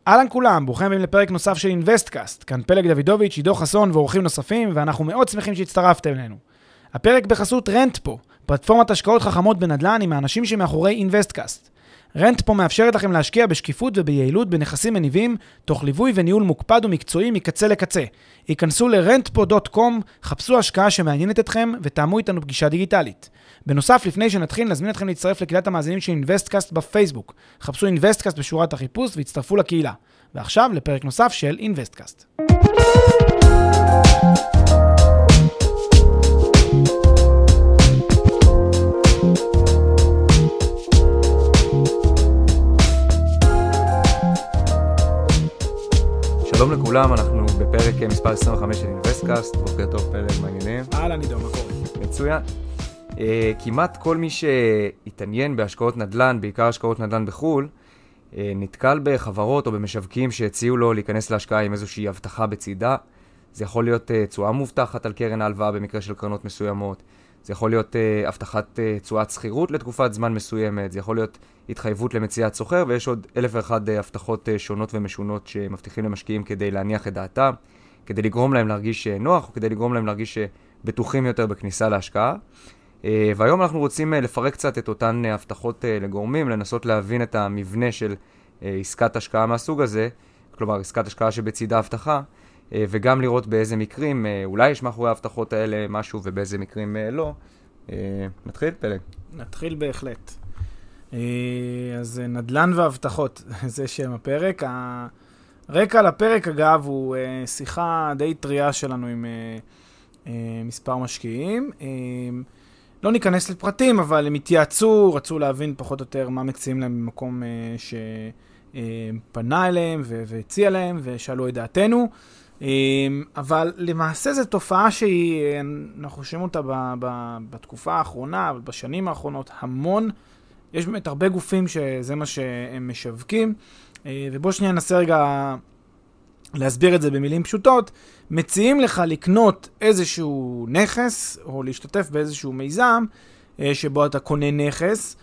אהלן כולם, ברוכים הבאים לפרק נוסף של אינבסטקאסט. כאן פלג דוידוביץ', עידו חסון ואורחים נוספים, ואנחנו מאוד שמחים שהצטרפתם אלינו. הפרק בחסות רנטפו, פלטפורמת השקעות חכמות בנדל"ן עם האנשים שמאחורי אינבסטקאסט. רנטפו מאפשרת לכם להשקיע בשקיפות וביעילות בנכסים מניבים, תוך ליווי וניהול מוקפד ומקצועי מקצה לקצה. היכנסו ל-rentpo.com, חפשו השקעה שמעניינת אתכם ותאמו איתנו פגישה דיגיטלית. בנוסף, לפני שנתחיל, נזמין אתכם להצטרף לקהילת המאזינים של אינבסטקאסט בפייסבוק. חפשו אינבסטקאסט בשורת החיפוש והצטרפו לקהילה. ועכשיו לפרק נוסף של אינבסטקאסט. שלום לכולם, אנחנו בפרק מספר 25 של אינבסטקאסט. בוקר טוב, פלג, מעניינים? אהלן עידו, מה קורה? מצוין. כמעט כל מי שהתעניין בהשקעות נדל"ן, בעיקר השקעות נדל"ן בחול, נתקל בחברות או במשווקים שהציעו לו להיכנס להשקעה עם איזושהי הבטחה בצידה. זה יכול להיות תשואה מובטחת על קרן ההלוואה במקרה של קרנות מסוימות. זה יכול להיות הבטחת תשואת שכירות לתקופת זמן מסוימת. זה יכול להיות התחייבות למציאת סוחר, ויש עוד 1,001 הבטחות שונות ומשונות שמבטיחים למשקיעים כדי להניח את דעתם, כדי לגרום להם להרגיש נוח, או כדי לגרום להם להרגיש בטוחים יותר בכניסה להשקעה. והיום אנחנו רוצים לפרק קצת את אותן הבטחות לגורמים, לנסות להבין את המבנה של עסקת השקעה מהסוג הזה, כלומר עסקת השקעה שבצידה הבטחה, וגם לראות באיזה מקרים, אולי יש מאחורי ההבטחות האלה משהו ובאיזה מקרים לא. נתחיל, פלג? נתחיל בהחלט. אז נדל"ן והבטחות, זה שם הפרק. הרקע לפרק אגב הוא שיחה די טריה שלנו עם מספר משקיעים. לא ניכנס לפרטים, אבל הם התייעצו, רצו להבין פחות או יותר מה מציעים להם במקום שפנה אליהם והציע להם ושאלו את דעתנו. אבל למעשה זו תופעה שאנחנו חושבים אותה בתקופה האחרונה, אבל בשנים האחרונות המון. יש באמת הרבה גופים שזה מה שהם משווקים, ובוא שניה ננסה רגע להסביר את זה במילים פשוטות. מציעים לך לקנות איזשהו נכס, או להשתתף באיזשהו מיזם, שבו אתה קונה נכס,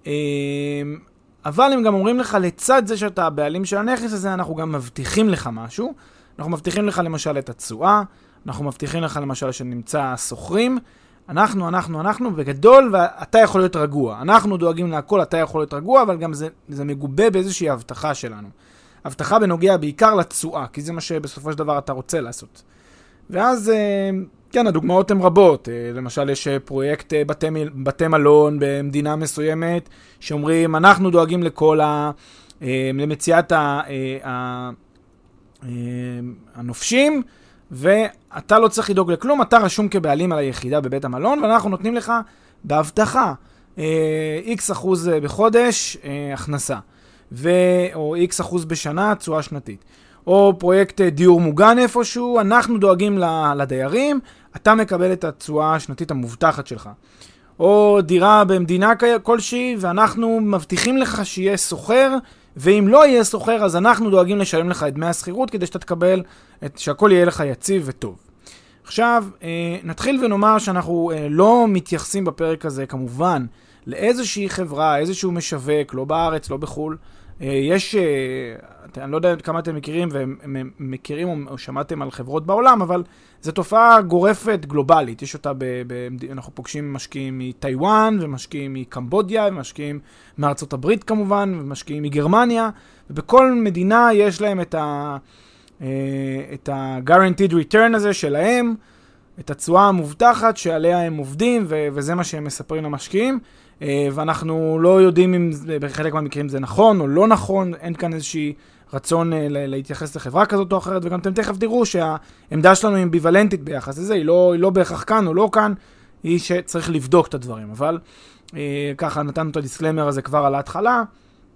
אבל הם גם אומרים לך, לצד זה שאתה הבעלים של הנכס הזה, אנחנו גם מבטיחים לך משהו. אנחנו מבטיחים לך למשל את התשואה, אנחנו מבטיחים לך למשל שנמצא סוחרים, אנחנו, בגדול, ואתה יכול להיות רגוע. אנחנו דואגים להכל, אתה יכול להיות רגוע, אבל גם זה מגובה באיזושהי הבטחה שלנו. הבטחה בנוגע בעיקר לתשואה, כי זה מה שבסופו של דבר אתה רוצה לעשות. ואז, כן, הדוגמאות הן רבות. למשל, יש פרויקט בתי מלון במדינה מסוימת, שאומרים, אנחנו דואגים לכל למציאת הנופשים, ואתה לא צריך לדאוג לכלום, אתה רשום כבעלים על היחידה בבית המלון, ואנחנו נותנים לך בהבטחה X% בחודש הכנסה, או X% בשנה תשואה שנתית. או פרויקט דיור מוגן איפשהו, אנחנו דואגים לדיירים, אתה מקבל את התשואה השנתית המובטחת שלך. או דירה במדינה כלשהי, ואנחנו מבטיחים לך שיהיה סוחר, ואם לא יהיה סוחר, אז אנחנו דואגים לשלם לך את דמי השכירות, כדי שאתה תקבל, שהכל יהיה לך יציב וטוב. עכשיו, נתחיל ונאמר שאנחנו לא מתייחסים בפרק הזה, כמובן, לאיזושהי חברה, איזשהו משווק, לא בארץ, לא בחול. יש, אני לא יודע כמה אתם מכירים, ומכירים או שמעתם על חברות בעולם, אבל זו תופעה גורפת גלובלית. יש אותה, אנחנו פוגשים משקיעים מטיואן, ומשקיעים מקמבודיה, ומשקיעים מארצות הברית כמובן, ומשקיעים מגרמניה, ובכל מדינה יש להם את ה-guaranteed return הזה שלהם, את התשואה המובטחת שעליה הם עובדים, וזה מה שהם מספרים למשקיעים. ואנחנו לא יודעים אם בחלק מהמקרים זה נכון או לא נכון, אין כאן איזושהי רצון להתייחס לחברה כזאת או אחרת, וגם אתם תכף תראו שהעמדה שלנו היא אמביוולנטית ביחס לזה, היא לא בהכרח כאן או לא כאן, היא שצריך לבדוק את הדברים, אבל ככה נתנו את הדיסקליימר הזה כבר על ההתחלה,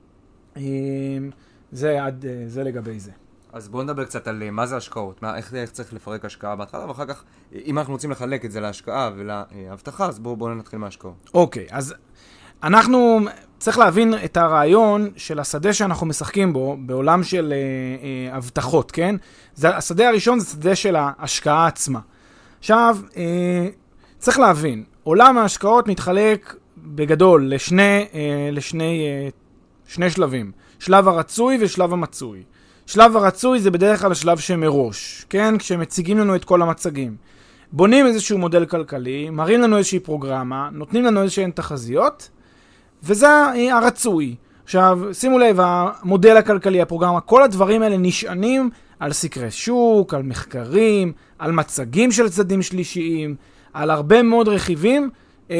זה לגבי זה. אז בואו נדבר קצת על מה זה השקעות, איך צריך לפרק השקעה בהתחלה, ואחר כך, אם אנחנו רוצים לחלק את זה להשקעה ולהבטחה, אז בואו נתחיל מההשקעות. אוקיי, אז אנחנו צריך להבין את הרעיון של השדה שאנחנו משחקים בו, בעולם של הבטחות, כן? השדה הראשון זה שדה של ההשקעה עצמה. עכשיו, צריך להבין, עולם ההשקעות מתחלק בגדול לשני שלבים, שלב הרצוי ושלב המצוי. שלב הרצוי זה בדרך כלל השלב שמראש, כן? כשמציגים לנו את כל המצגים. בונים איזשהו מודל כלכלי, מראים לנו איזושהי פרוגרמה, נותנים לנו איזשהן תחזיות, וזה הרצוי. עכשיו, שימו לב, המודל הכלכלי, הפרוגרמה, כל הדברים האלה נשענים על סקרי שוק, על מחקרים, על מצגים של צדדים שלישיים, על הרבה מאוד רכיבים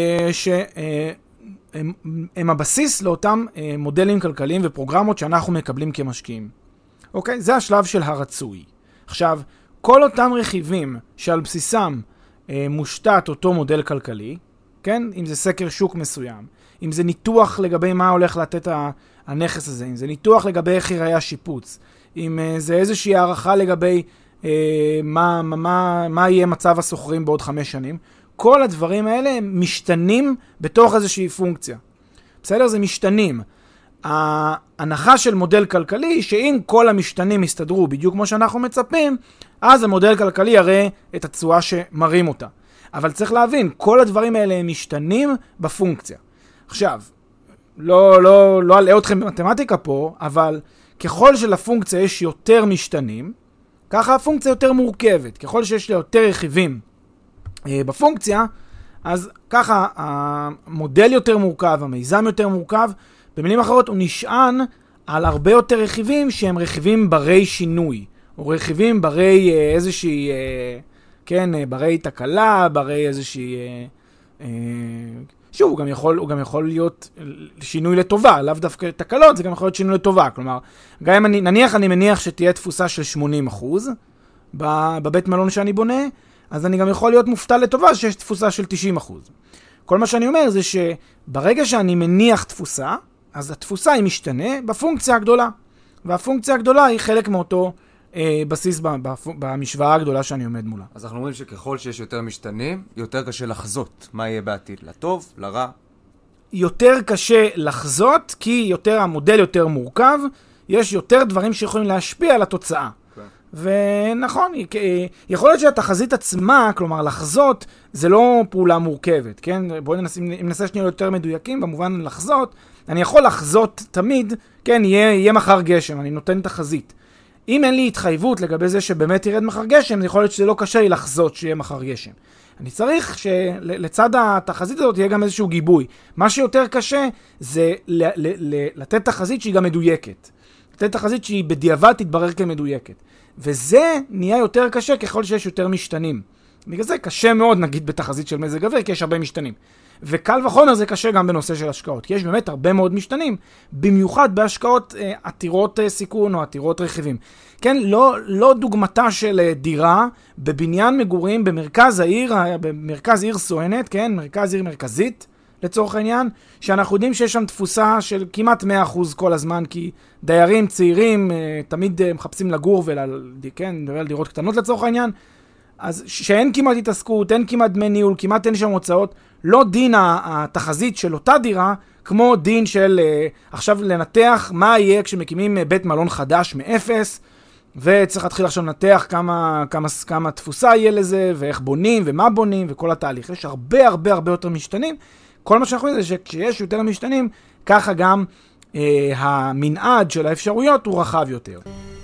שהם הבסיס לאותם מודלים כלכליים ופרוגרמות שאנחנו מקבלים כמשקיעים. אוקיי? זה השלב של הרצוי. עכשיו, כל אותם רכיבים שעל בסיסם מושתת אותו מודל כלכלי, כן? אם זה סקר שוק מסוים, אם זה ניתוח לגבי מה הולך לתת הנכס הזה, אם זה ניתוח לגבי איך ייראה השיפוץ, אם זה איזושהי הערכה לגבי מה יהיה מצב הסוחרים בעוד 5 שנים, כל הדברים האלה משתנים בתוך איזושהי פונקציה. בסדר? זה משתנים. ההנחה של מודל כלכלי היא שאם כל המשתנים יסתדרו בדיוק כמו שאנחנו מצפים, אז המודל כלכלי יראה את התשואה שמראים אותה. אבל צריך להבין, כל הדברים האלה הם משתנים בפונקציה. עכשיו, לא אלאה אתכם במתמטיקה פה, אבל ככל שלפונקציה יש יותר משתנים, ככה הפונקציה יותר מורכבת. ככל שיש לה יותר רכיבים בפונקציה, אז ככה המודל יותר מורכב, המיזם יותר מורכב. במילים אחרות, הוא נשען על הרבה יותר רכיבים שהם רכיבים ברי שינוי, או רכיבים ברי איזושהי, כן, ברי תקלה, ברי איזושהי, שוב, הוא גם יכול להיות שינוי לטובה, לאו דווקא תקלות, זה גם יכול להיות שינוי לטובה. כלומר, גם נניח אני מניח שתהיה תפוסה של 80% בבית מלון שאני בונה, אז אני גם יכול להיות מופתע לטובה שיש תפוסה של 90%. כל מה שאני אומר זה שברגע שאני מניח תפוסה, אז התפוסה היא משתנה בפונקציה הגדולה. והפונקציה הגדולה היא חלק מאותו בסיס במשוואה הגדולה שאני עומד מולה. אז אנחנו אומרים שככל שיש יותר משתנים, יותר קשה לחזות מה יהיה בעתיד, לטוב, לרע. יותר קשה לחזות, כי המודל יותר מורכב, יש יותר דברים שיכולים להשפיע על התוצאה. ונכון, יכול להיות שהתחזית עצמה, כלומר לחזות, זה לא פעולה מורכבת, כן? בואו ננסה שנייה יותר מדויקים, במובן לחזות, אני יכול לחזות תמיד, כן, יהיה מחר גשם, אני נותן תחזית. אם אין לי התחייבות לגבי זה שבאמת ירד מחר גשם, זה יכול להיות שזה לא קשה לי לחזות שיהיה מחר גשם. אני צריך שלצד התחזית הזאת יהיה גם איזשהו גיבוי. מה שיותר קשה זה לתת תחזית שהיא גם מדויקת. לתת תחזית שהיא בדיעבד תתברר כמדויקת. וזה נהיה יותר קשה ככל שיש יותר משתנים. בגלל זה קשה מאוד, נגיד, בתחזית של מזג אוויר, כי יש הרבה משתנים. וקל וחומר זה קשה גם בנושא של השקעות, כי יש באמת הרבה מאוד משתנים, במיוחד בהשקעות עתירות סיכון או עתירות רכיבים. כן, לא דוגמתה של דירה בבניין מגורים במרכז העיר, במרכז עיר סואנת, כן, מרכז עיר מרכזית, לצורך העניין, שאנחנו יודעים שיש שם תפוסה של כמעט 100% כל הזמן, כי דיירים צעירים תמיד מחפשים לגור כן, נדבר על דירות קטנות לצורך העניין, אז שאין כמעט התעסקות, אין כמעט דמי ניהול, כמעט אין שם הוצאות, לא דין התחזית של אותה דירה, כמו דין של עכשיו לנתח מה יהיה כשמקימים בית מלון חדש מאפס, וצריך להתחיל עכשיו לנתח כמה תפוסה יהיה לזה, ואיך בונים ומה בונים וכל התהליך. יש הרבה הרבה הרבה יותר משתנים. כל מה שאנחנו יודעים זה שכשיש יותר משתנים, ככה גם המנעד של האפשרויות הוא רחב יותר.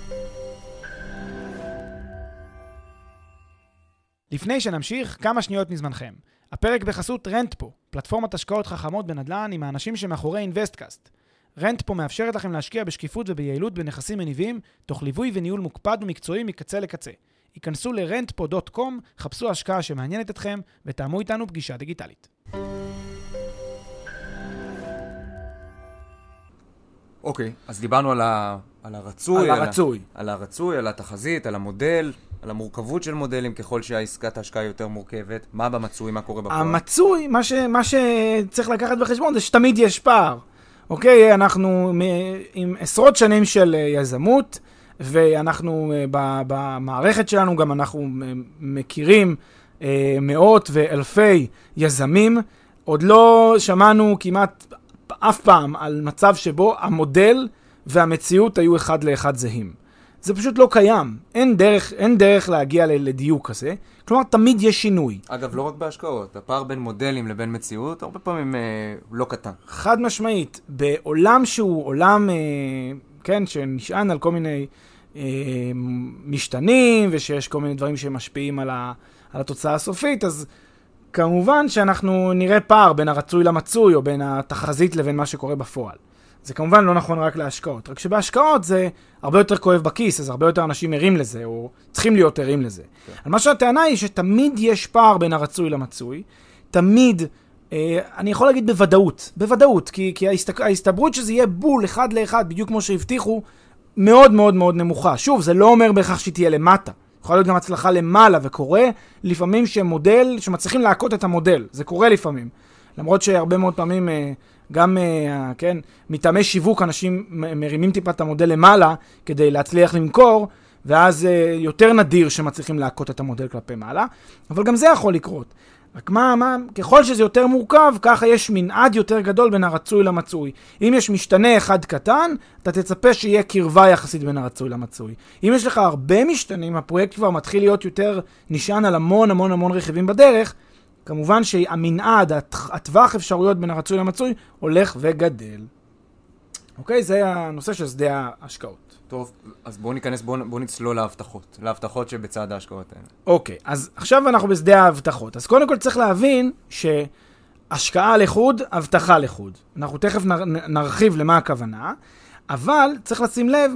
לפני שנמשיך, כמה שניות מזמנכם. הפרק בחסות רנטפו, פלטפורמת השקעות חכמות בנדל"ן עם האנשים שמאחורי אינבסטקאסט. רנטפו מאפשרת לכם להשקיע בשקיפות וביעילות בנכסים מניבים, תוך ליווי וניהול מוקפד ומקצועי מקצה לקצה. היכנסו ל-rentpo.com, חפשו השקעה שמעניינת אתכם ותאמו איתנו פגישה דיגיטלית. אוקיי, אז דיברנו על הרצוי, על הרצוי, על התחזית, על המודל, על המורכבות של מודלים ככל שהעסקת ההשקעה יותר מורכבת. מה במצוי, מה קורה בפועל? המצוי, מה שצריך לקחת בחשבון זה שתמיד יש פער. אוקיי, אנחנו עם עשרות שנים של יזמות, ואנחנו במערכת שלנו גם אנחנו מכירים מאות ואלפי יזמים. עוד לא שמענו כמעט אף פעם על מצב שבו המודל והמציאות היו אחד לאחד זהים. זה פשוט לא קיים. אין דרך להגיע לדיוק כזה. כלומר, תמיד יש שינוי. אגב, לא רק בהשקעות. הפער בין מודלים לבין מציאות, הרבה פעמים לא קטן. חד משמעית. בעולם שהוא עולם, כן, שנשען על כל מיני משתנים, ושיש כל מיני דברים שמשפיעים על התוצאה הסופית, אז כמובן שאנחנו נראה פער בין הרצוי למצוי, או בין התחזית לבין מה שקורה בפועל. זה כמובן לא נכון רק להשקעות, רק שבהשקעות זה הרבה יותר כואב בכיס, אז הרבה יותר אנשים ערים לזה, או צריכים להיות ערים לזה. על מה שהטענה היא שתמיד יש פער בין הרצוי למצוי, תמיד, אני יכול להגיד בוודאות, כי ההסתברות שזה יהיה בול אחד לאחד, בדיוק כמו שהבטיחו, מאוד מאוד מאוד נמוכה. שוב, זה לא אומר בהכרח שהיא תהיה למטה. יכולה להיות גם הצלחה למעלה, וקורה לפעמים שמודל, שמצליחים להכות את המודל. זה קורה לפעמים. למרות שהרבה מאוד פעמים, גם, כן, מטעמי שיווק, אנשים מרימים טיפה את המודל למעלה, כדי להצליח למכור, ואז יותר נדיר שמצליחים להכות את המודל כלפי מעלה. אבל גם זה יכול לקרות. רק ככל שזה יותר מורכב, ככה יש מנעד יותר גדול בין הרצוי למצוי. אם יש משתנה אחד קטן, אתה תצפה שיהיה קרבה יחסית בין הרצוי למצוי. אם יש לך הרבה משתנים, הפרויקט כבר מתחיל להיות יותר נשען על המון המון המון רכיבים בדרך, כמובן שהמנעד, הטווח אפשרויות בין הרצוי למצוי, הולך וגדל. אוקיי? זה הנושא של שדה ההשקעות. טוב, אז בואו ניכנס, בואו נצלול להבטחות שבצד ההשקעות האלה. אוקיי, אז עכשיו אנחנו בשדה ההבטחות. אז קודם כל צריך להבין שהשקעה לחוד, הבטחה לחוד. אנחנו תכף נרחיב למה הכוונה, אבל צריך לשים לב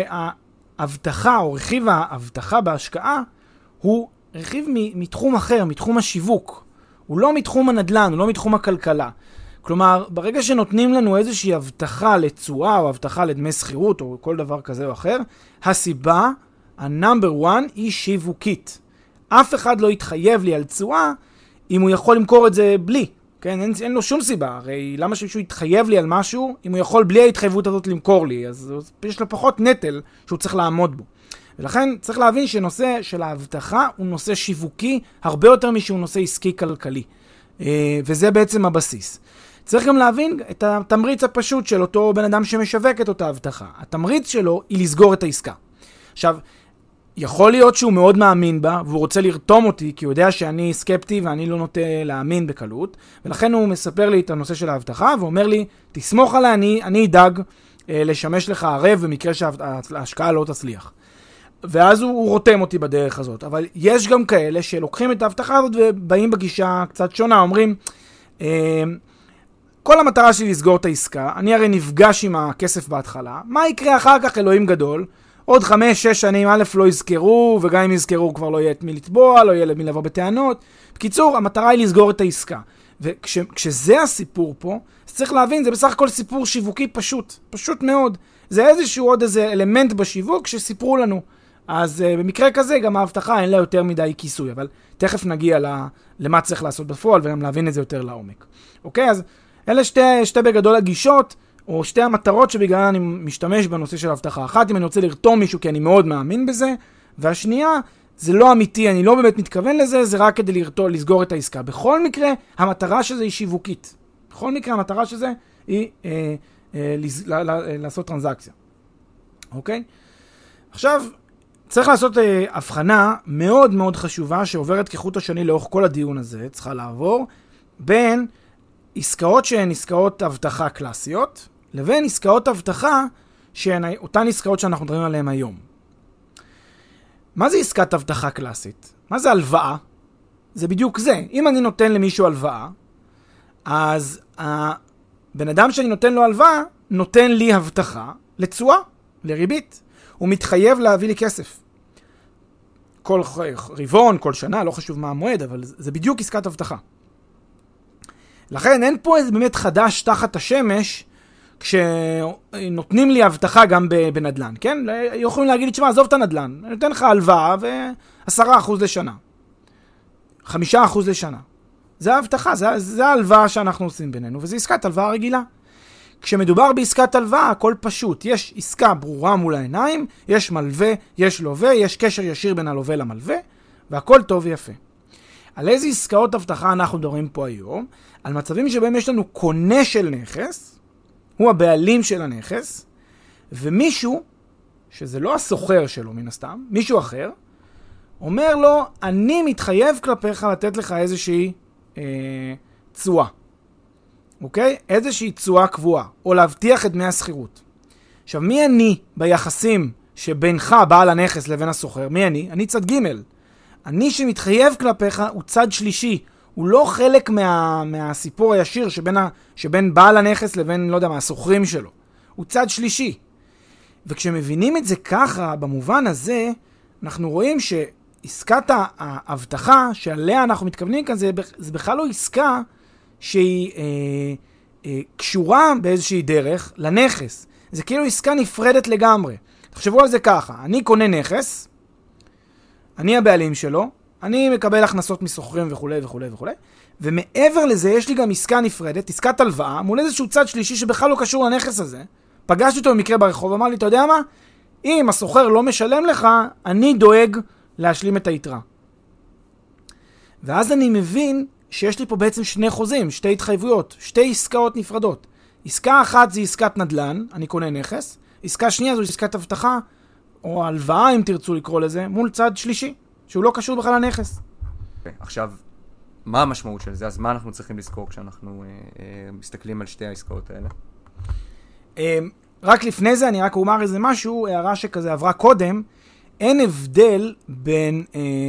שההבטחה או רכיב ההבטחה בהשקעה הוא רכיב מתחום אחר, מתחום השיווק. הוא לא מתחום הנדל"ן, הוא לא מתחום הכלכלה. כלומר, ברגע שנותנים לנו איזושהי הבטחה לתשואה או הבטחה לדמי שכירות או כל דבר כזה או אחר, הסיבה, הנאמבר 1, היא שיווקית. אף אחד לא יתחייב לי על תשואה אם הוא יכול למכור את זה בלי. כן? אין לו שום סיבה. הרי למה שמישהו יתחייב לי על משהו אם הוא יכול בלי ההתחייבות הזאת למכור לי? אז יש לו פחות נטל שהוא צריך לעמוד בו. ולכן צריך להבין שנושא של ההבטחה הוא נושא שיווקי הרבה יותר משהוא נושא עסקי כלכלי. וזה בעצם הבסיס. צריך גם להבין את התמריץ הפשוט של אותו בן אדם שמשווק את אותה הבטחה. התמריץ שלו היא לסגור את העסקה. עכשיו, יכול להיות שהוא מאוד מאמין בה, והוא רוצה לרתום אותי, כי הוא יודע שאני סקפטי ואני לא נוטה להאמין בקלות, ולכן הוא מספר לי את הנושא של ההבטחה, ואומר לי, תסמוך עליי, אני אדאג לשמש לך ערב במקרה שההשקעה לא תצליח. ואז הוא רותם אותי בדרך הזאת. אבל יש גם כאלה שלוקחים את ההבטחה הזאת ובאים בגישה קצת שונה, אומרים, כל המטרה שלי לסגור את העסקה, אני הרי נפגש עם הכסף בהתחלה, מה יקרה אחר כך אלוהים גדול? עוד 5-6 שנים א' לא יזכרו, וגם אם יזכרו כבר לא יהיה את מי לתבוע, לא יהיה למי לבוא בטענות. בקיצור, המטרה היא לסגור את העסקה. וכשזה הסיפור פה, אז צריך להבין, זה בסך הכל סיפור שיווקי פשוט מאוד. זה עוד איזה אלמנט בשיווק שסיפרו לנו. אז במקרה כזה גם ההבטחה אין לה יותר מדי כיסוי, אבל תכף נגיע למה צריך לעשות בפועל וגם להבין את זה יותר לעומק. אוקיי, אז אלה שתי בגדול הגישות, או שתי המטרות שבגלל אני משתמש בנושא של ההבטחה. אחת, אם אני רוצה לרתום מישהו כי אני מאוד מאמין בזה, והשנייה, זה לא אמיתי, אני לא באמת מתכוון לזה, זה רק כדי לסגור את העסקה. בכל מקרה, המטרה שזה היא שיווקית. בכל מקרה, המטרה שזה היא לעשות טרנזקציה. אוקיי? עכשיו, צריך לעשות הבחנה מאוד מאוד חשובה שעוברת כחוט השני לאורך כל הדיון הזה, צריכה לעבור, בין עסקאות שהן עסקאות הבטחה קלאסיות, לבין עסקאות הבטחה שהן אותן עסקאות שאנחנו מדברים עליהן היום. מה זה עסקת הבטחה קלאסית? מה זה הלוואה? זה בדיוק זה. אם אני נותן למישהו הלוואה, אז הבן אדם שאני נותן לו הלוואה, נותן לי הבטחה לתשואה, לריבית. הוא מתחייב להביא לי כסף. כל רבעון, כל שנה, לא חשוב מה המועד, אבל זה בדיוק עסקת הבטחה. לכן אין פה איזה באמת חדש תחת השמש, כשנותנים לי הבטחה גם בנדלן, כן? יכולים להגיד לי, תשמע, עזוב את הנדלן, אני נותן לך הלוואה ו10% לשנה. 5% לשנה. זה ההבטחה, זה ההלוואה שאנחנו עושים בינינו, וזה עסקת הלוואה רגילה. כשמדובר בעסקת הלוואה, הכל פשוט. יש עסקה ברורה מול העיניים, יש מלווה, יש לווה, יש קשר ישיר בין הלווה למלווה, והכל טוב ויפה. על איזה עסקאות הבטחה אנחנו מדברים פה היום? על מצבים שבהם יש לנו קונה של נכס, הוא הבעלים של הנכס, ומישהו, שזה לא הסוחר שלו מן הסתם, מישהו אחר, אומר לו, אני מתחייב כלפיך לתת לך איזושהי תשואה. אוקיי? איזושהי תשואה קבועה, או להבטיח את דמי השכירות. עכשיו, מי אני ביחסים שבינך, בעל הנכס, לבין הסוחר. מי אני? אני צד ג'. אני שמתחייב כלפיך הוא צד שלישי. הוא לא חלק מהסיפור הישיר שבין בעל הנכס לבין, לא יודע מה, הסוחרים שלו. הוא צד שלישי. וכשמבינים את זה ככה, במובן הזה, אנחנו רואים שעסקת ההבטחה שעליה אנחנו מתכוונים כאן, זה בכלל לא עסקה שהיא קשורה באיזושהי דרך לנכס. זה כאילו עסקה נפרדת לגמרי. תחשבו על זה ככה, אני קונה נכס, אני הבעלים שלו, אני מקבל הכנסות מסוחרים וכו' וכו' וכו', ומעבר לזה יש לי גם עסקה נפרדת, עסקת הלוואה, מול איזשהו צד שלישי שבכלל לא קשור לנכס הזה. פגשתי אותו במקרה ברחוב, אמר לי, אתה יודע מה? אם הסוחר לא משלם לך, אני דואג להשלים את היתרה. ואז אני מבין שיש לי פה בעצם שני חוזים, שתי התחייבויות, שתי עסקאות נפרדות. עסקה אחת זה עסקת נדל"ן, אני קונה נכס. עסקה שנייה זו עסקת הבטחה, או הלוואה אם תרצו לקרוא לזה, מול צד שלישי, שהוא לא קשור בכלל לנכס. עכשיו, מה המשמעות של זה? אז מה אנחנו צריכים לזכור כשאנחנו מסתכלים על שתי העסקאות האלה? רק לפני זה אני רק אומר איזה משהו, הערה שכזה עברה קודם, אין הבדל בין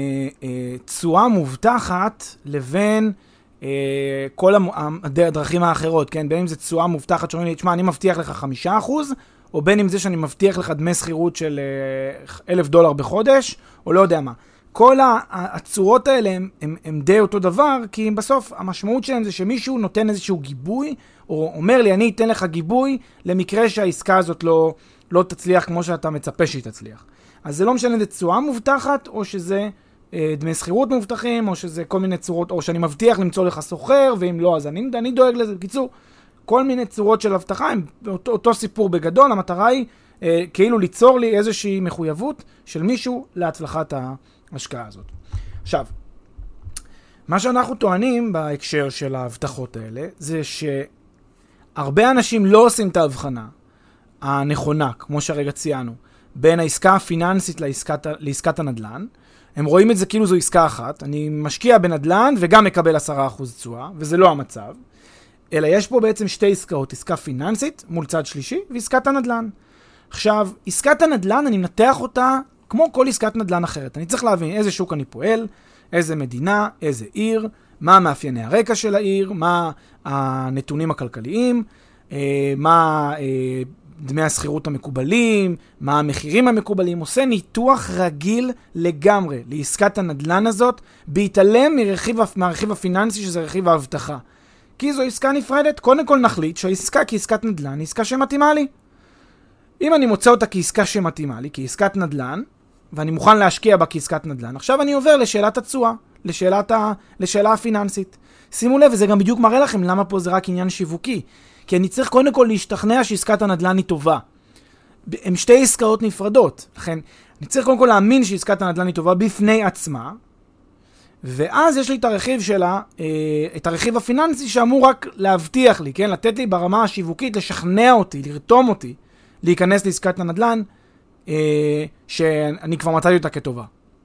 תשואה מובטחת לבין כל הדרכים האחרות, כן? בין אם זה תשואה מובטחת שאומרים לי, תשמע, אני מבטיח לך 5%, או בין אם זה שאני מבטיח לך דמי שכירות של $1,000 בחודש, או לא יודע מה. כל הצורות האלה הם די אותו דבר, כי בסוף המשמעות שלהם זה שמישהו נותן איזשהו גיבוי, או אומר לי, אני אתן לך גיבוי למקרה שהעסקה הזאת לא תצליח כמו שאתה מצפה שהיא תצליח. אז זה לא משנה אם זה תשואה מובטחת, או שזה דמי שכירות מובטחים, או שזה כל מיני צורות, או שאני מבטיח למצוא לך סוחר, ואם לא, אז אני דואג לזה. בקיצור, כל מיני צורות של הבטחה, הם אותו סיפור בגדול, המטרה היא כאילו ליצור לי איזושהי מחויבות של מישהו להצלחת ההשקעה הזאת. עכשיו, מה שאנחנו טוענים בהקשר של ההבטחות האלה, זה שהרבה אנשים לא עושים את ההבחנה הנכונה, כמו שהרגע ציינו, בין העסקה הפיננסית לעסקת הנדל"ן. הם רואים את זה כאילו זו עסקה אחת, אני משקיע בנדל"ן וגם מקבל 10% תשואה, וזה לא המצב. אלא יש פה בעצם שתי עסקאות, עסקה פיננסית מול צד שלישי, ועסקת הנדל"ן. עכשיו, עסקת הנדל"ן, אני מנתח אותה כמו כל עסקת נדל"ן אחרת. אני צריך להבין איזה שוק אני פועל, איזה מדינה, איזה עיר, מה מאפייני הרקע של העיר, מה הנתונים הכלכליים, מה דמי השכירות המקובלים, מה המחירים המקובלים. עושה ניתוח רגיל לגמרי לעסקת הנדל"ן הזאת, בהתעלם מהרכיב הפיננסי שזה רכיב ההבטחה. כי זו עסקה נפרדת, קודם כל נחליט שהעסקה כעסקת נדל"ן היא עסקה שמתאימה לי. אם אני מוצא אותה כעסקה שמתאימה לי, כעסקת נדל"ן, ואני מוכן להשקיע בה כעסקת נדל"ן, עכשיו אני עובר לשאלת התשואה, לשאלה הפיננסית. שימו לב, וזה גם בדיוק מראה לכם למה פה זה רק עניין שיווקי. כי אני צריך קודם כל להשתכנע שעסקת הנדל"ן היא טובה. הן שתי עסקאות נפרדות. לכן, אני צריך קודם כל להאמין שעסקת הנדל"ן היא טובה בפני עצמה, ואז יש לי את הרכיב שלה, את הרכיב הפיננסי שאמור רק להבטיח לי, כן? לתת לי ברמה השיווקית, לשכנע אותי, לרתום אותי, להיכנס לעסקת הנדל"ן, שאני כבר מצאתי אותה כטובה.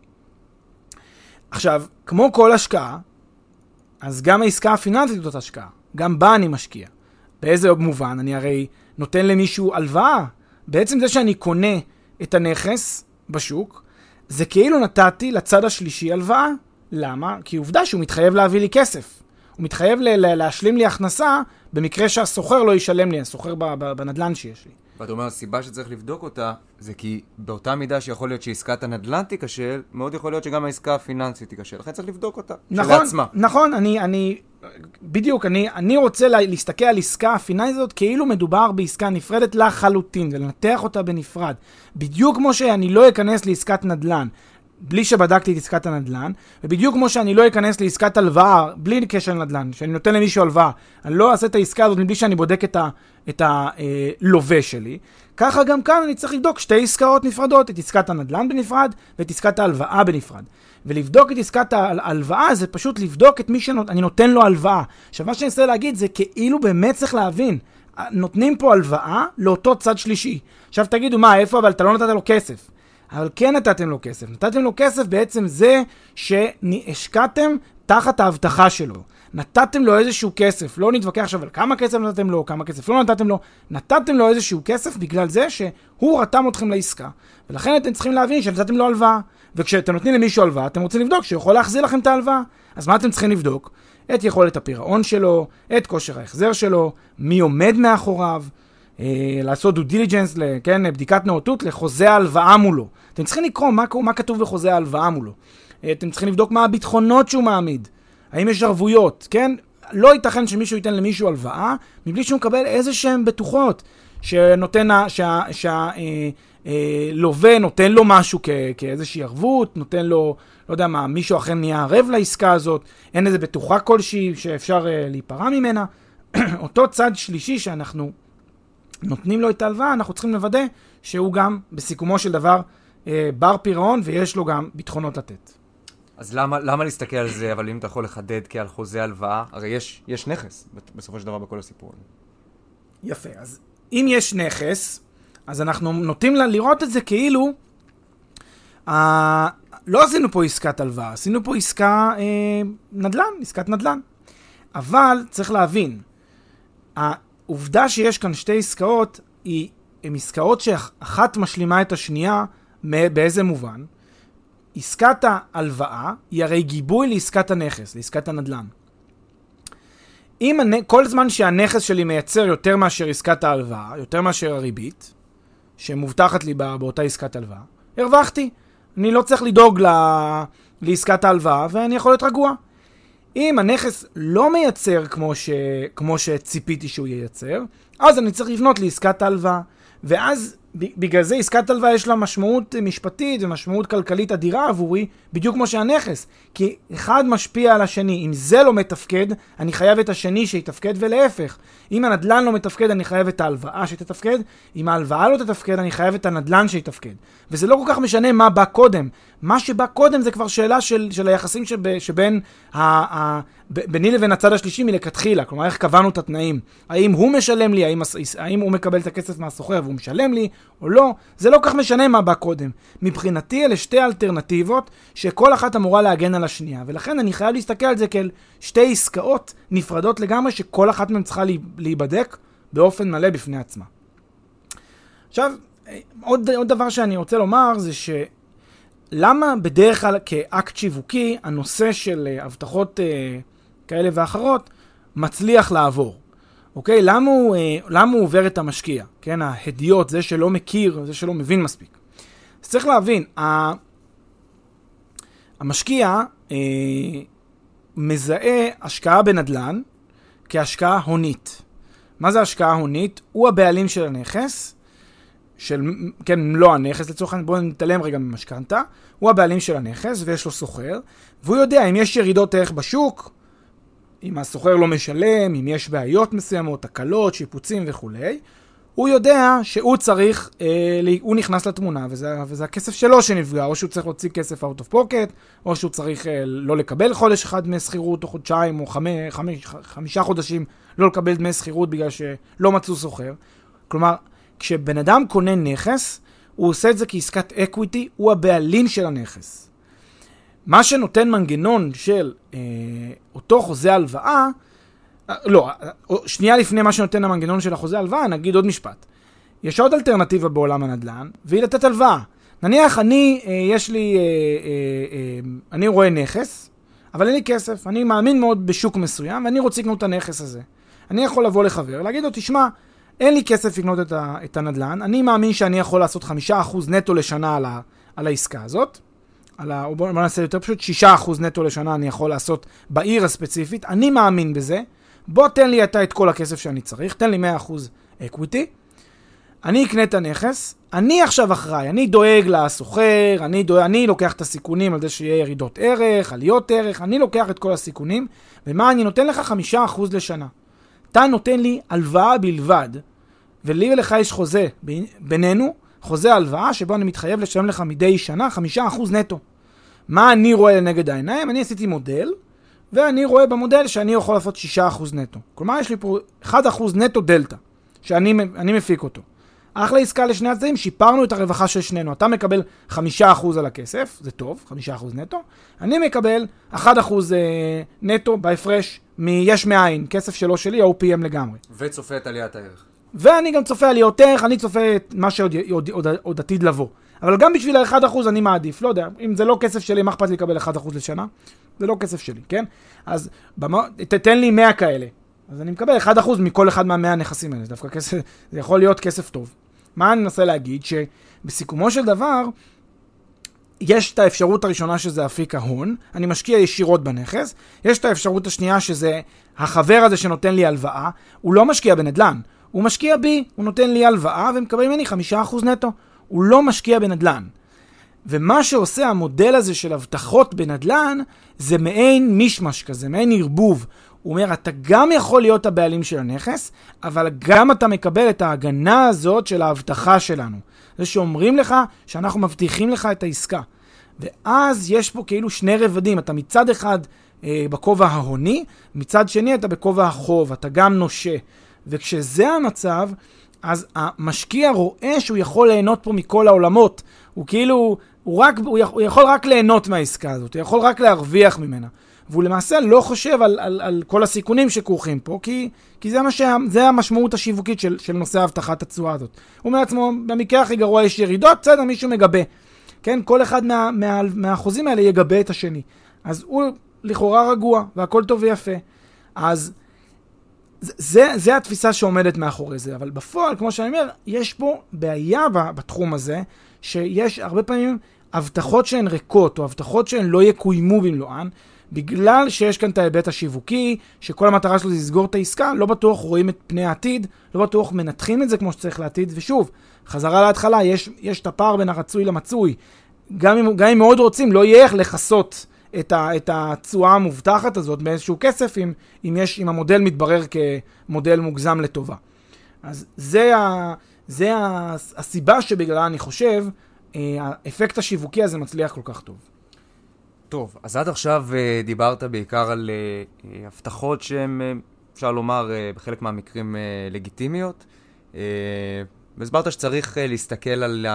עכשיו, כמו כל השקעה, אז גם העסקה הפיננסית זאת השקעה. גם בה אני משקיע. באיזה מובן? אני הרי נותן למישהו הלוואה. בעצם זה שאני קונה את הנכס בשוק, זה כאילו נתתי לצד השלישי הלוואה. למה? כי עובדה שהוא מתחייב להביא לי כסף. הוא מתחייב להשלים לי הכנסה במקרה שהסוחר לא ישלם לי, הסוחר בנדל"ן שיש לי. ואתה אומר, הסיבה שצריך לבדוק אותה, זה כי באותה מידה שיכול להיות שעסקת הנדל"ן תיכשל, מאוד יכול להיות שגם העסקה הפיננסית תיכשל. לכן צריך לבדוק אותה, שלעצמה. נכון, בדיוק, אני רוצה להסתכל על עסקה הפיננסית הזאת כאילו מדובר בעסקה נפרדת לחלוטין, ולנתח אותה בנפרד. בדיוק כמו שאני לא אכנס לעסקת נדל"ן, בלי שבדקתי את עסקת הנדל"ן, ובדיוק כמו שאני לא אכנס לעסקת הלוואה, בלי קשר לנדל"ן, שאני נותן למישהו הלוואה, אני לא אעשה את העסקה הזאת מבלי שאני בודק את הלווה שלי, ככה גם כאן אני צריך לבדוק שתי עסקאות נפרדות, את עסקת הנדל"ן בנפרד, ואת עסקת ההלוואה בנפרד. ולבדוק את עסקת ההלוואה זה פשוט לבדוק את מי שאני נותן לו הלוואה. עכשיו מה שאני רוצה להגיד זה כאילו באמת צריך להבין, נותנים פה הלוואה לאותו צד שלישי. עכשיו תגידו מה, איפה, אבל אתה לא נתת לו כסף. אבל כן נתתם לו כסף. נתתם לו כסף בעצם זה שהשקעתם תחת ההבטחה שלו. נתתם לו איזשהו כסף, לא נתווכח עכשיו על כמה כסף נתתם לו, כמה כסף לא נתתם לו, נתתם לו איזשהו כסף בגלל זה שהוא רתם אתכם לעסקה. ולכן אתם צריכים להבין שנתתם לו הלוואה. וכשאתם נותנים למישהו הלוואה, אתם רוצים לבדוק שהוא יכול להחזיר לכם את ההלוואה. אז מה אתם צריכים לבדוק? את יכולת הפירעון שלו, את כושר ההחזר שלו, מי עומד מאחוריו, לעשות due diligence, כן, בדיקת נאותות לחוזה ההלוואה מולו. אתם צריכים לקרוא מה כתוב בחוזה ההלוואה מולו. אתם צריכים לבדוק מה הביטחונות שהוא מעמיד. האם יש ערבויות, כן? לא ייתכן שמישהו ייתן למישהו הלוואה, מבלי שהוא מקבל איזה שהם בטוחות, שנותן, לווה נותן לו משהו כאיזושהי ערבות, נותן לו, לא יודע מה, מישהו אחר נהיה ערב לעסקה הזאת, אין איזה בטוחה כלשהי שאפשר להיפרע ממנה. אותו צד שלישי שאנחנו נותנים לו את ההלוואה, אנחנו צריכים לוודא שהוא גם בסיכומו של דבר בר פירעון ויש לו גם ביטחונות לתת. אז למה להסתכל על זה, אבל אם אתה יכול לחדד כעל חוזה הלוואה, הרי יש נכס בסופו של דבר בכל הסיפור. יפה, אז אם יש נכס, אז אנחנו נוטים לראות את זה כאילו, לא עשינו פה עסקת הלוואה, עשינו פה עסקת נדל"ן. אבל צריך להבין, העובדה שיש כאן שתי עסקאות, הן עסקאות שאחת משלימה את השנייה, באיזה מובן? עסקת ההלוואה היא הרי גיבוי לעסקת הנכס, לעסקת הנדל"ן. כל זמן שהנכס שלי מייצר יותר מאשר עסקת ההלוואה, יותר מאשר הריבית, שמובטחת לי באותה עסקת הלוואה, הרווחתי. אני לא צריך לדאוג לעסקת ההלוואה, ואני יכול להיות רגוע. אם הנכס לא מייצר כמו שציפיתי שהוא ייצר, אז אני צריך לבנות לעסקת ההלוואה. ואז בגלל זה עסקת הלוואה יש לה משמעות משפטית ומשמעות כלכלית אדירה עבורי, בדיוק כמו שהנכס. כי אחד משפיע על השני. אם זה לא מתפקד, אני חייב את השני שיתפקד ולהפך. אם הנדלן לא מתפקד, אני חייב את ההלוואה שתתפקד. אם ההלוואה לא תתפקד, אני חייב את הנדלן שיתפקד. וזה לא כל כך משנה מה בא קודם. מה שבא קודם זה כבר שאלה של היחסים שבין ביני לבין הצד השלישי מלכתחילה. כלומר, איך קבענו את התנאים. האם הוא משלם לי, האם הוא מקבל את הכסף מהסוחר והוא משלם לי או לא. זה לא כך משנה מה בא קודם. מבחינתי אלה שתי אלטרנטיבות שכל אחת אמורה להגן על השנייה. ולכן אני חייב להסתכל על זה כאל שתי עסקאות נפרדות לגמרי שכל אחת מהן צריכה להיבדק באופן מלא בפני עצמה. עכשיו, עוד דבר שאני רוצה לומר זה למה בדרך כלל כאקט שיווקי הנושא של הבטחות כאלה ואחרות מצליח לעבור? אוקיי? למה הוא עובר את המשקיע? כן, ההדיות, זה שלא מכיר, זה שלא מבין מספיק. אז צריך להבין, המשקיע מזהה השקעה בנדל"ן כהשקעה הונית. מה זה השקעה הונית? הוא הבעלים של הנכס, כן, לא הנכס לצורך העניין, בואו נתעלם רגע ממשכנתא, הוא הבעלים של הנכס ויש לו סוחר, והוא יודע אם יש ירידות ערך בשוק, אם הסוחר לא משלם, אם יש בעיות מסוימות, תקלות, שיפוצים וכו', הוא יודע שהוא צריך, הוא נכנס לתמונה, וזה הכסף שלו שנפגע, או שהוא צריך להוציא כסף out of pocket, או שהוא צריך לא לקבל חודש אחד דמי שכירות, או חודשיים, או 5 חודשים לא לקבל דמי שכירות בגלל שלא מצאו סוחר. כלומר, כשבן אדם קונה נכס, הוא עושה את זה כעסקת אקוויטי, הוא הבעלים של הנכס. מה שנותן מנגנון של אותו חוזה הלוואה, לא, שנייה לפני מה שנותן המנגנון של החוזה הלוואה, נגיד עוד משפט. יש עוד אלטרנטיבה בעולם הנדל"ן, והיא לתת הלוואה. נניח אני רואה נכס, אבל אין לי כסף, אני מאמין מאוד בשוק מסוים, ואני רוצה לקנות את הנכס הזה. אני יכול לבוא לחבר, להגיד לו, תשמע, אין לי כסף לקנות את הנדל"ן, אני מאמין שאני יכול לעשות 5% נטו לשנה על העסקה הזאת, בוא נעשה יותר פשוט, 6% נטו לשנה אני יכול לעשות בעיר הספציפית, אני מאמין בזה, בוא תן לי את כל הכסף שאני צריך, תן לי 100% אקוויטי, אני אקנה את הנכס, אני עכשיו אחראי, אני דואג לסוחר, אני לוקח את הסיכונים על זה שיהיה ירידות ערך, עליות ערך, אני לוקח את כל הסיכונים, ומה אני נותן לך 5% לשנה. אתה נותן לי הלוואה בלבד, ולי ולך יש חוזה בינינו, חוזה הלוואה שבו אני מתחייב לשלם לך מדי שנה 5% נטו. מה אני רואה לנגד העיניים? אני עשיתי מודל, ואני רואה במודל שאני יכול לעשות 6% נטו. כלומר, יש לי פה 1% נטו דלטה, שאני מפיק אותו. אחלה עסקה לשני הצדדים, שיפרנו את הרווחה של שנינו. אתה מקבל 5% על הכסף, זה טוב, 5% נטו. אני מקבל 1% נטו בהפרש מיש מאין, כסף שלו שלי, OPM לגמרי. וצופה את עליית הערך. ואני גם צופה עליות ערך, אני צופה את מה שעוד עתיד לבוא. אבל גם בשביל ה-1% אני מעדיף, לא יודע, אם זה לא כסף שלי, מה אכפת לי לקבל 1% לשנה? זה לא כסף שלי, כן? אז תתן לי 100 כאלה. אז אני מקבל 1% מכל אחד מה-100 הנכסים האלה. דווקא כסף, זה יכול להיות כסף טוב. מה אני מנסה להגיד? שבסיכומו של דבר, יש את האפשרות הראשונה שזה אפיק ההון, אני משקיע ישירות בנכס, יש את האפשרות השנייה שזה החבר הזה שנותן לי הלוואה, הוא לא משקיע בנדלן, הוא משקיע בי, הוא נותן לי הלוואה ומקבל ממני 5% נטו, הוא לא משקיע בנדלן. ומה שעושה המודל הזה של הבטחות בנדלן, זה מעין מישמש כזה, מעין ערבוב. הוא אומר, אתה גם יכול להיות הבעלים של הנכס, אבל גם אתה מקבל את ההגנה הזאת של ההבטחה שלנו. זה שאומרים לך שאנחנו מבטיחים לך את העסקה. ואז יש פה כאילו שני רבדים. אתה מצד אחד בכובע ההוני, מצד שני אתה בכובע החוב, אתה גם נושה. וכשזה המצב, אז המשקיע רואה שהוא יכול ליהנות פה מכל העולמות. הוא כאילו, הוא יכול רק ליהנות מהעסקה הזאת, הוא יכול רק להרוויח ממנה. והוא למעשה לא חושב על כל הסיכונים שכרוכים פה, כי זה המשמעות השיווקית של נושא ההבטחת התשואה הזאת. הוא אומר לעצמו, במקרה הכי גרוע יש ירידות, בסדר, מישהו מגבה. כן, כל אחד מהחוזים האלה יגבה את השני. אז הוא לכאורה רגוע, והכל טוב ויפה. אז זה התפיסה שעומדת מאחורי זה. אבל בפועל, כמו שאני אומר, יש פה בעיה בתחום הזה, שיש הרבה פעמים הבטחות שהן ריקות, או הבטחות שהן לא יקוימו במלואן, בגלל שיש כאן את ההיבט השיווקי, שכל המטרה שלו זה לסגור את העסקה, לא בטוח רואים את פני העתיד, לא בטוח מנתחים את זה כמו שצריך לעתיד, ושוב, חזרה להתחלה, יש את הפער בין הרצוי למצוי. גם אם מאוד רוצים, לא יהיה איך לחסות את התשואה המובטחת הזאת באיזשהו כסף, אם המודל מתברר כמודל מוגזם לטובה. אז זה הסיבה שבגללה אני חושב, האפקט השיווקי הזה מצליח כל כך טוב. טוב, אז עד עכשיו דיברת בעיקר על הבטחות שהן, אפשר לומר, בחלק מהמקרים לגיטימיות. והסברת שצריך להסתכל על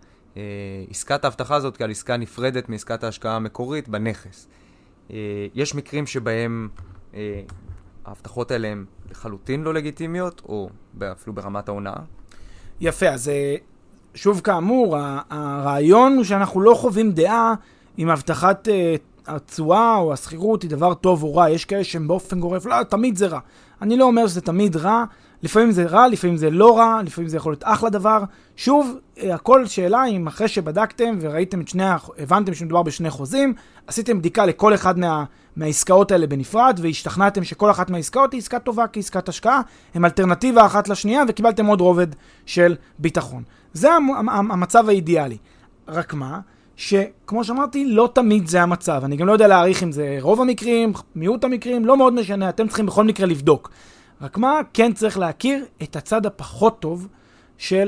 עסקת ההבטחה הזאת כעל עסקה נפרדת מעסקת ההשקעה המקורית בנכס. יש מקרים שבהם ההבטחות האלה הן לחלוטין לא לגיטימיות, או אפילו ברמת ההונאה. יפה, אז שוב כאמור, הרעיון הוא שאנחנו לא חווים דעה אם הבטחת התשואה או הסחירות היא דבר טוב או רע. יש כאלה שהם באופן גורף, לא, תמיד זה רע. אני לא אומר שזה תמיד רע, לפעמים זה רע, לפעמים זה לא רע, לפעמים זה יכול להיות אחלה דבר. שוב, הכל שאלה אם אחרי שבדקתם וראיתם את הבנתם שמדובר בשני חוזים, עשיתם בדיקה לכל אחד מהעסקאות האלה בנפרד, והשתכנעתם שכל אחת מהעסקאות היא עסקה טובה כעסקת השקעה, הם אלטרנטיבה אחת לשנייה, וקיבלתם עוד רובד של ביטחון. זה המצב האידיאלי. רק מה? שכמו שאמרתי, לא תמיד זה המצב. אני גם לא יודע להעריך אם זה רוב המקרים, מיעוט המקרים, לא מאוד משנה, אתם צריכים בכל מקרה לבדוק. רק מה, כן צריך להכיר את הצד הפחות טוב של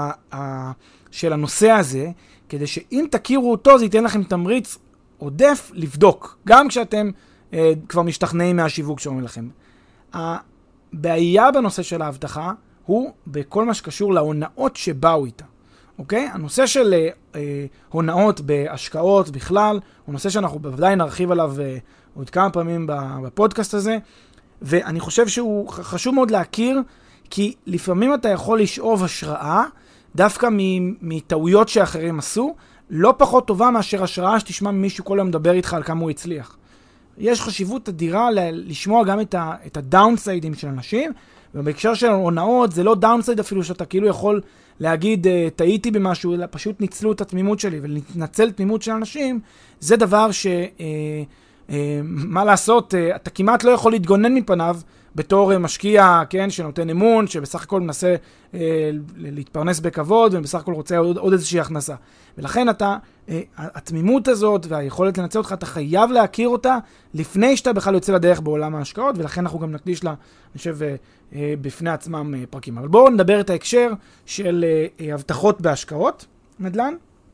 הנושא הזה, כדי שאם תכירו אותו, זה ייתן לכם תמריץ עודף לבדוק, גם כשאתם כבר משתכנעים מהשיווק שאומרים לכם. הבעיה בנושא של ההבטחה הוא בכל מה שקשור להונאות שבאו איתה. אוקיי? הנושא של הונאות בהשקעות בכלל, הוא נושא שאנחנו בוודאי נרחיב עליו עוד כמה פעמים בפודקאסט הזה, ואני חושב שהוא חשוב מאוד להכיר, כי לפעמים אתה יכול לשאוב השראה, דווקא מטעויות שאחרים עשו, לא פחות טובה מאשר השראה שתשמע ממישהו כל היום מדבר איתך על כמה הוא הצליח. יש חשיבות אדירה לשמוע גם את הדאונסיידים של אנשים, ובהקשר של הונאות זה לא דאונסייד אפילו שאתה כאילו יכול להגיד טעיתי במשהו, אלא פשוט ניצלו את התמימות שלי, ולנצל תמימות של אנשים, זה דבר מה לעשות, אתה כמעט לא יכול להתגונן מפניו בתור משקיע, כן, שנותן אמון, שבסך הכל מנסה להתפרנס בכבוד, ובסך הכל רוצה עוד איזושהי הכנסה. ולכן התמימות הזאת והיכולת לנצל אותך, אתה חייב להכיר אותה לפני שאתה בכלל יוצא לדרך בעולם ההשקעות, ולכן אנחנו גם נקדיש לה, אני חושב, בפני עצמם פרקים. אבל בואו נדבר את ההקשר של הבטחות בהשקעות, נדל"ן.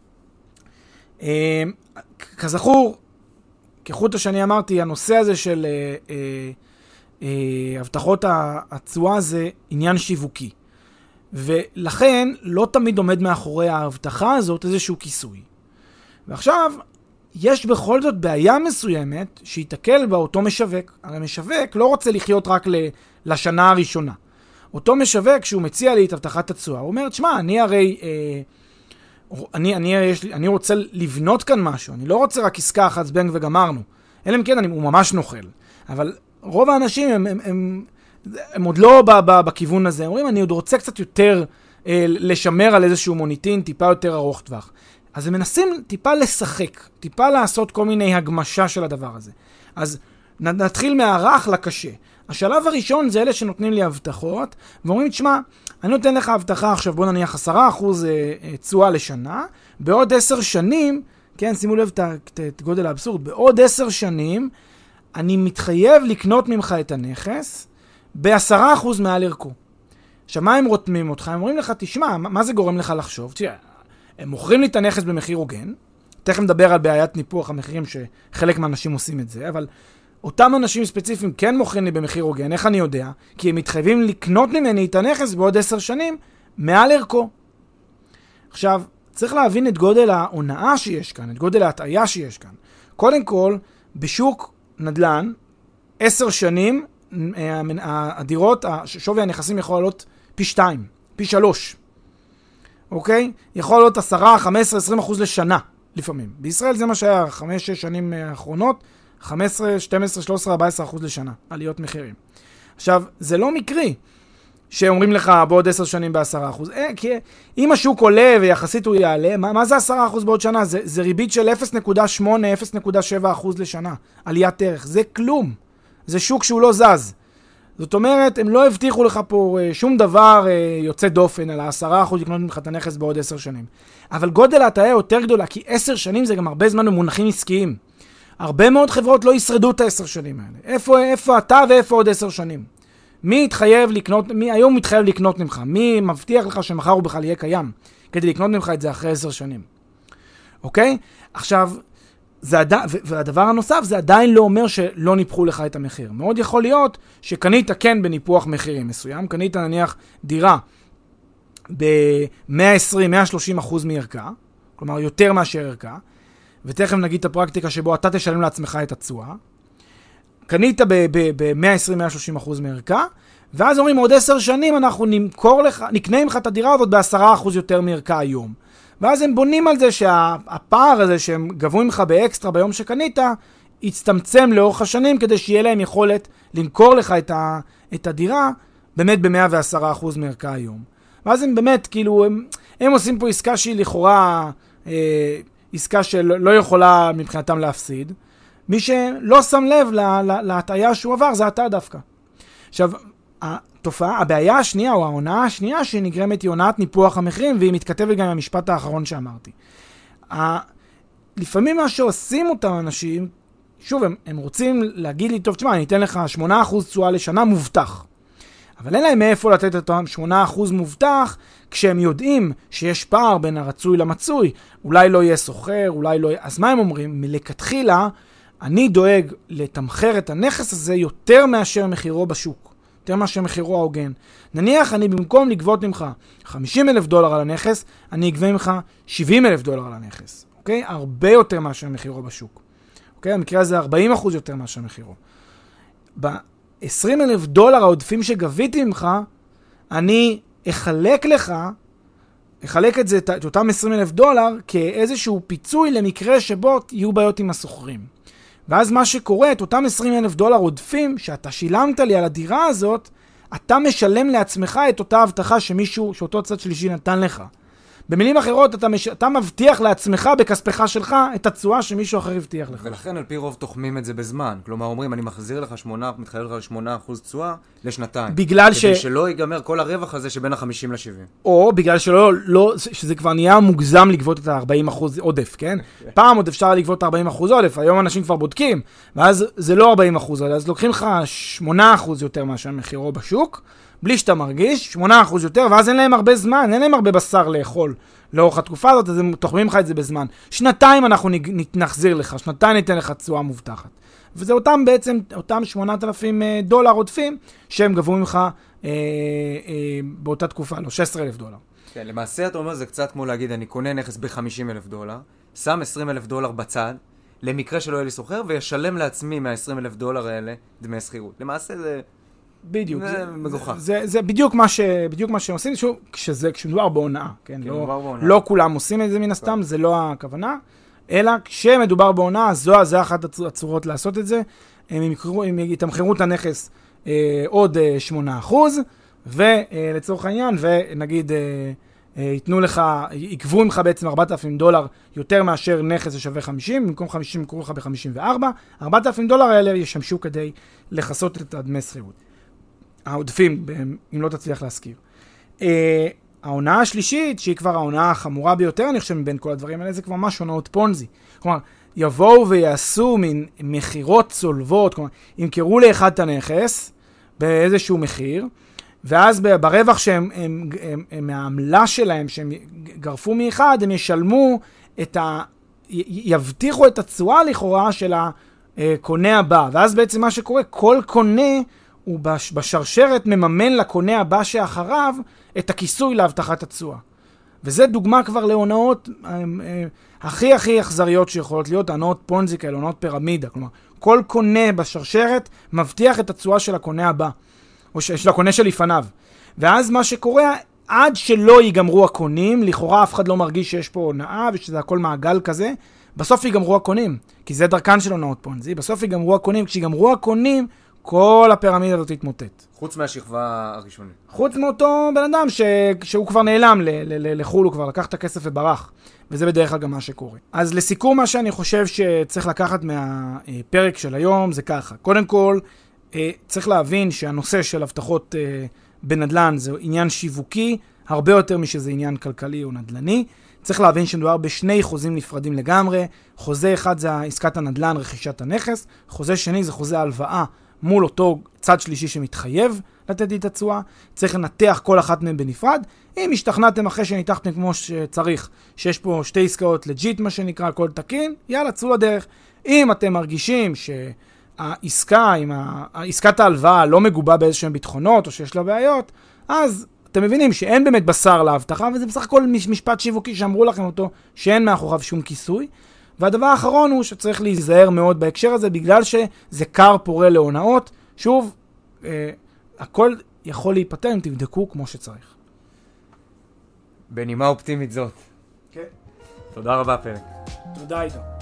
כזכור, כחוט השני אמרתי, הנושא הזה של הבטחות התשואה זה עניין שיווקי. ולכן לא תמיד עומד מאחורי ההבטחה הזאת איזשהו כיסוי. ועכשיו, יש בכל זאת בעיה מסוימת שיתקל בה אותו משווק. הרי משווק לא רוצה לחיות רק לשנה הראשונה. אותו משווק, שהוא מציע לי את הבטחת התשואה, הוא אומר, תשמע, אני הרי, אני רוצה לבנות כאן משהו, אני לא רוצה רק עסקה אחת זבנג וגמרנו. אלא אם כן, הוא ממש נוכל. אבל רוב האנשים הם עוד לא בכיוון הזה. אומרים, אני עוד רוצה קצת יותר לשמר על איזשהו מוניטין, טיפה יותר ארוך טווח. אז הם מנסים טיפה לשחק, טיפה לעשות כל מיני הגמשה של הדבר הזה. אז נתחיל מהרך לקשה. השלב הראשון זה אלה שנותנים לי הבטחות, ואומרים, תשמע, אני נותן לך הבטחה עכשיו, בוא נניח 10% תשואה לשנה, בעוד 10 שנים, כן, שימו לב את גודל האבסורד, בעוד 10 שנים, אני מתחייב לקנות ממך את הנכס, ב10% מעל ערכו. עכשיו, מה הם רותמים אותך? הם אומרים לך, תשמע, מה זה גורם לך לחשוב? תשמע, הם מוכרים לי את הנכס במחיר הוגן, תכף נדבר על בעיית ניפוח המחירים שחלק מהאנשים עושים את זה, אבל אותם אנשים ספציפיים כן מוכרים לי במחיר הוגן, איך אני יודע? כי הם מתחייבים לקנות ממני את הנכס בעוד 10 שנים מעל ערכו. עכשיו, צריך להבין את גודל ההונאה שיש כאן, את גודל ההטעיה שיש כאן. קודם כל, בשוק נדל"ן, 10 שנים, הדירות, שווי הנכסים יכול לעלות פי 2, פי 3. אוקיי? יכול לעלות 10, 15, 20% לשנה, לפעמים. בישראל זה מה שהיה 5-6 שנים האחרונות, 15, 12, 13, 14% לשנה, עליות מחירים. עכשיו, זה לא מקרי שאומרים לך בעוד 10 שנים ב10%. כי אם השוק עולה ויחסית הוא יעלה, מה זה 10% בעוד שנה? זה ריבית של 0.8, 0.7% לשנה, עליית ערך. זה כלום. זה שוק שהוא לא זז. זאת אומרת, הם לא הבטיחו לך פה שום דבר יוצא דופן על 10% לקנות ממך את הנכס בעוד 10 שנים. אבל גודל ההטעיה יותר גדולה, כי 10 שנים זה גם הרבה זמן במונחים עסקיים. הרבה מאוד חברות לא ישרדו את ה10 שנים האלה. איפה אתה ואיפה עוד 10 שנים? מי היום מתחייב לקנות ממך? מי מבטיח לך שמחר הוא בכלל יהיה קיים כדי לקנות ממך את זה אחרי 10 שנים? אוקיי? עכשיו, והדבר הנוסף, זה עדיין לא אומר שלא ניפחו לך את המחיר. מאוד יכול להיות שקנית כן בניפוח מחירים מסוים, קנית נניח דירה ב-120-130% מערכה, כלומר יותר מאשר ערכה, ותכף נגיד את הפרקטיקה שבו אתה תשלם לעצמך את התשואה, קנית ב-120-130% מערכה, ואז אומרים עוד 10 שנים אנחנו נקנה ממך את הדירה הזאת ב10% יותר מערכה היום. ואז הם בונים על זה שהפער הזה שהם גבו ממך באקסטרה ביום שקנית, יצטמצם לאורך השנים כדי שיהיה להם יכולת למכור לך את הדירה באמת ב-110% מערכה היום. ואז הם באמת, כאילו, הם עושים פה עסקה שהיא לכאורה עסקה שלא יכולה מבחינתם להפסיד. מי שלא שם לב להטעיה שהוא עבר, זה אתה דווקא. עכשיו, הבעיה השנייה, או ההונאה השנייה שנגרמת היא הונאת ניפוח המחירים, והיא מתכתבת גם עם המשפט האחרון שאמרתי. לפעמים מה שעושים אותם אנשים, שוב, הם רוצים להגיד לי, טוב, תשמע, אני אתן לך 8% תשואה לשנה מובטח. אבל אין להם מאיפה לתת אותם 8% מובטח, כשהם יודעים שיש פער בין הרצוי למצוי. אולי לא יהיה סוחר, אולי לא יהיה... אז מה הם אומרים? מלכתחילה, אני דואג לתמחר את הנכס הזה יותר מאשר מחירו בשוק. יותר מאשר מחירו ההוגן. נניח אני במקום לגבות ממך $50,000 על הנכס, אני אגבה ממך $70,000 על הנכס. אוקיי? הרבה יותר מאשר מחירו בשוק. אוקיי? המקרה הזה 40% יותר מאשר מחירו. $20,000 העודפים שגביתי ממך, אני אחלק את זה, את אותם $20,000 כאיזשהו פיצוי למקרה שבו יהיו בעיות עם הסוחרים. ואז מה שקורה, את אותם $20,000 עודפים שאתה שילמת לי על הדירה הזאת, אתה משלם לעצמך את אותה הבטחה שאותו צד שלישי נתן לך. במילים אחרות, אתה מבטיח לעצמך בכספך שלך את התשואה שמישהו אחר הבטיח לך. ולכן על פי רוב תוחמים את זה בזמן. כלומר, אומרים, אני מחזיר לך 8% תשואה לשנתיים. כדי שלא ייגמר כל הרווח הזה שבין ה-50 ל-70. או בגלל שזה כבר נהיה מוגזם לגבות את ה-40% עודף, כן? פעם עוד אפשר לגבות 40% עודף, היום אנשים כבר בודקים, ואז זה לא 40% עודף, אז לוקחים לך 8% יותר מאשר מחירו בשוק, בלי שאתה מרגיש, 8% יותר, ואז אין להם הרבה זמן, אין להם הרבה בשר לאכול לאורך התקופה הזאת, אז הם תוחמים לך את זה בזמן. 2 אנחנו נחזיר לך, 2 ניתן לך תשואה מובטחת. וזה אותם $8,000 עודפים שהם גבו ממך באותה תקופה, לא, $16,000. כן, למעשה אתה אומר, זה קצת כמו להגיד, אני קונה נכס $50,000, שם $20,000 בצד, למקרה שלא יהיה לי סוחר, וישלם לעצמי $20,000 האלה דמי שכירות. למעשה זה... בדיוק. זה מגוחך. זה בדיוק מה שהם עושים, כשמדובר בהונאה, כן? לא כולם עושים את זה מן הסתם, זה לא הכוונה, אלא כשמדובר בהונאה, זה אחת הצורות לעשות את זה, הם יתמחרו את הנכס עוד 8%, ולצורך העניין, ונגיד, ייתנו לך, יקבו ממך בעצם $4,000 יותר מאשר נכס ששווה 50, במקום 50 יקרו לך ב-54, $4,000 האלה ישמשו כדי לחסות את הדמי שכירות. העודפים, אם לא תצליח להזכיר. ההונאה השלישית, שהיא כבר ההונאה החמורה ביותר, אני חושב, מבין כל הדברים האלה, זה כבר ממש הונאות פונזי. כלומר, יבואו ויעשו מין מחירות צולבות, כלומר, ימכרו לאחד את הנכס באיזשהו מחיר, ואז ברווח שהם, מהעמלה שלהם, שהם גרפו מאחד, הם ישלמו יבטיחו את התשואה לכאורה של הקונה הבא. ואז בעצם מה שקורה, כל קונה הוא בשרשרת מממן לקונה הבא שאחריו את הכיסוי להבטחת התשואה. וזה דוגמה כבר להונאות הכי אכזריות שיכולות להיות, הונאות פונזי כאלה, הונאות פירמידה. כלומר, כל קונה בשרשרת מבטיח את התשואה של הקונה הבא, או של הקונה שלפניו. ואז מה שקורה, עד שלא ייגמרו הקונים, לכאורה אף אחד לא מרגיש שיש פה הונאה ושזה הכל מעגל כזה, בסוף ייגמרו הקונים, כי זה דרכן של הונאות פונזי, בסוף ייגמרו הקונים, כשיגמרו הקונים, כל הפירמידה הזאת תתמוטט. חוץ מהשכבה הראשונית. חוץ מאותו בן אדם שהוא כבר נעלם לחול, הוא כבר לקח את הכסף וברח. וזה בדרך כלל גם מה שקורה. אז לסיכום, מה שאני חושב שצריך לקחת מהפרק של היום זה ככה. קודם כל, צריך להבין שהנושא של הבטחות בנדלן זה עניין שיווקי, הרבה יותר משזה עניין כלכלי או נדלני. צריך להבין שמדובר בשני חוזים נפרדים לגמרי. חוזה אחד זה עסקת הנדלן, רכישת הנכס. חוזה שני זה חוזה הלוואה מול אותו צד שלישי שמתחייב לתת לי את התשואה. צריך לנתח כל אחת מהם בנפרד. אם השתכנעתם אחרי שניתחתם כמו שצריך, שיש פה שתי עסקאות לג'יט, מה שנקרא, הכל תקין, יאללה, צאו לדרך. אם אתם מרגישים עסקת ההלוואה לא מגובה באיזשהם ביטחונות, או שיש לה בעיות, אז אתם מבינים שאין באמת בשר להבטחה, וזה בסך הכל משפט שיווקי שאמרו לכם אותו, שאין מאחוריו שום כיסוי. והדבר האחרון הוא שצריך להיזהר מאוד בהקשר הזה, בגלל שזה קר פורה להונאות. שוב, הכל יכול להיפטר אם תבדקו כמו שצריך. בנימה אופטימית זאת. כן. תודה רבה, פרק. תודה, עידו.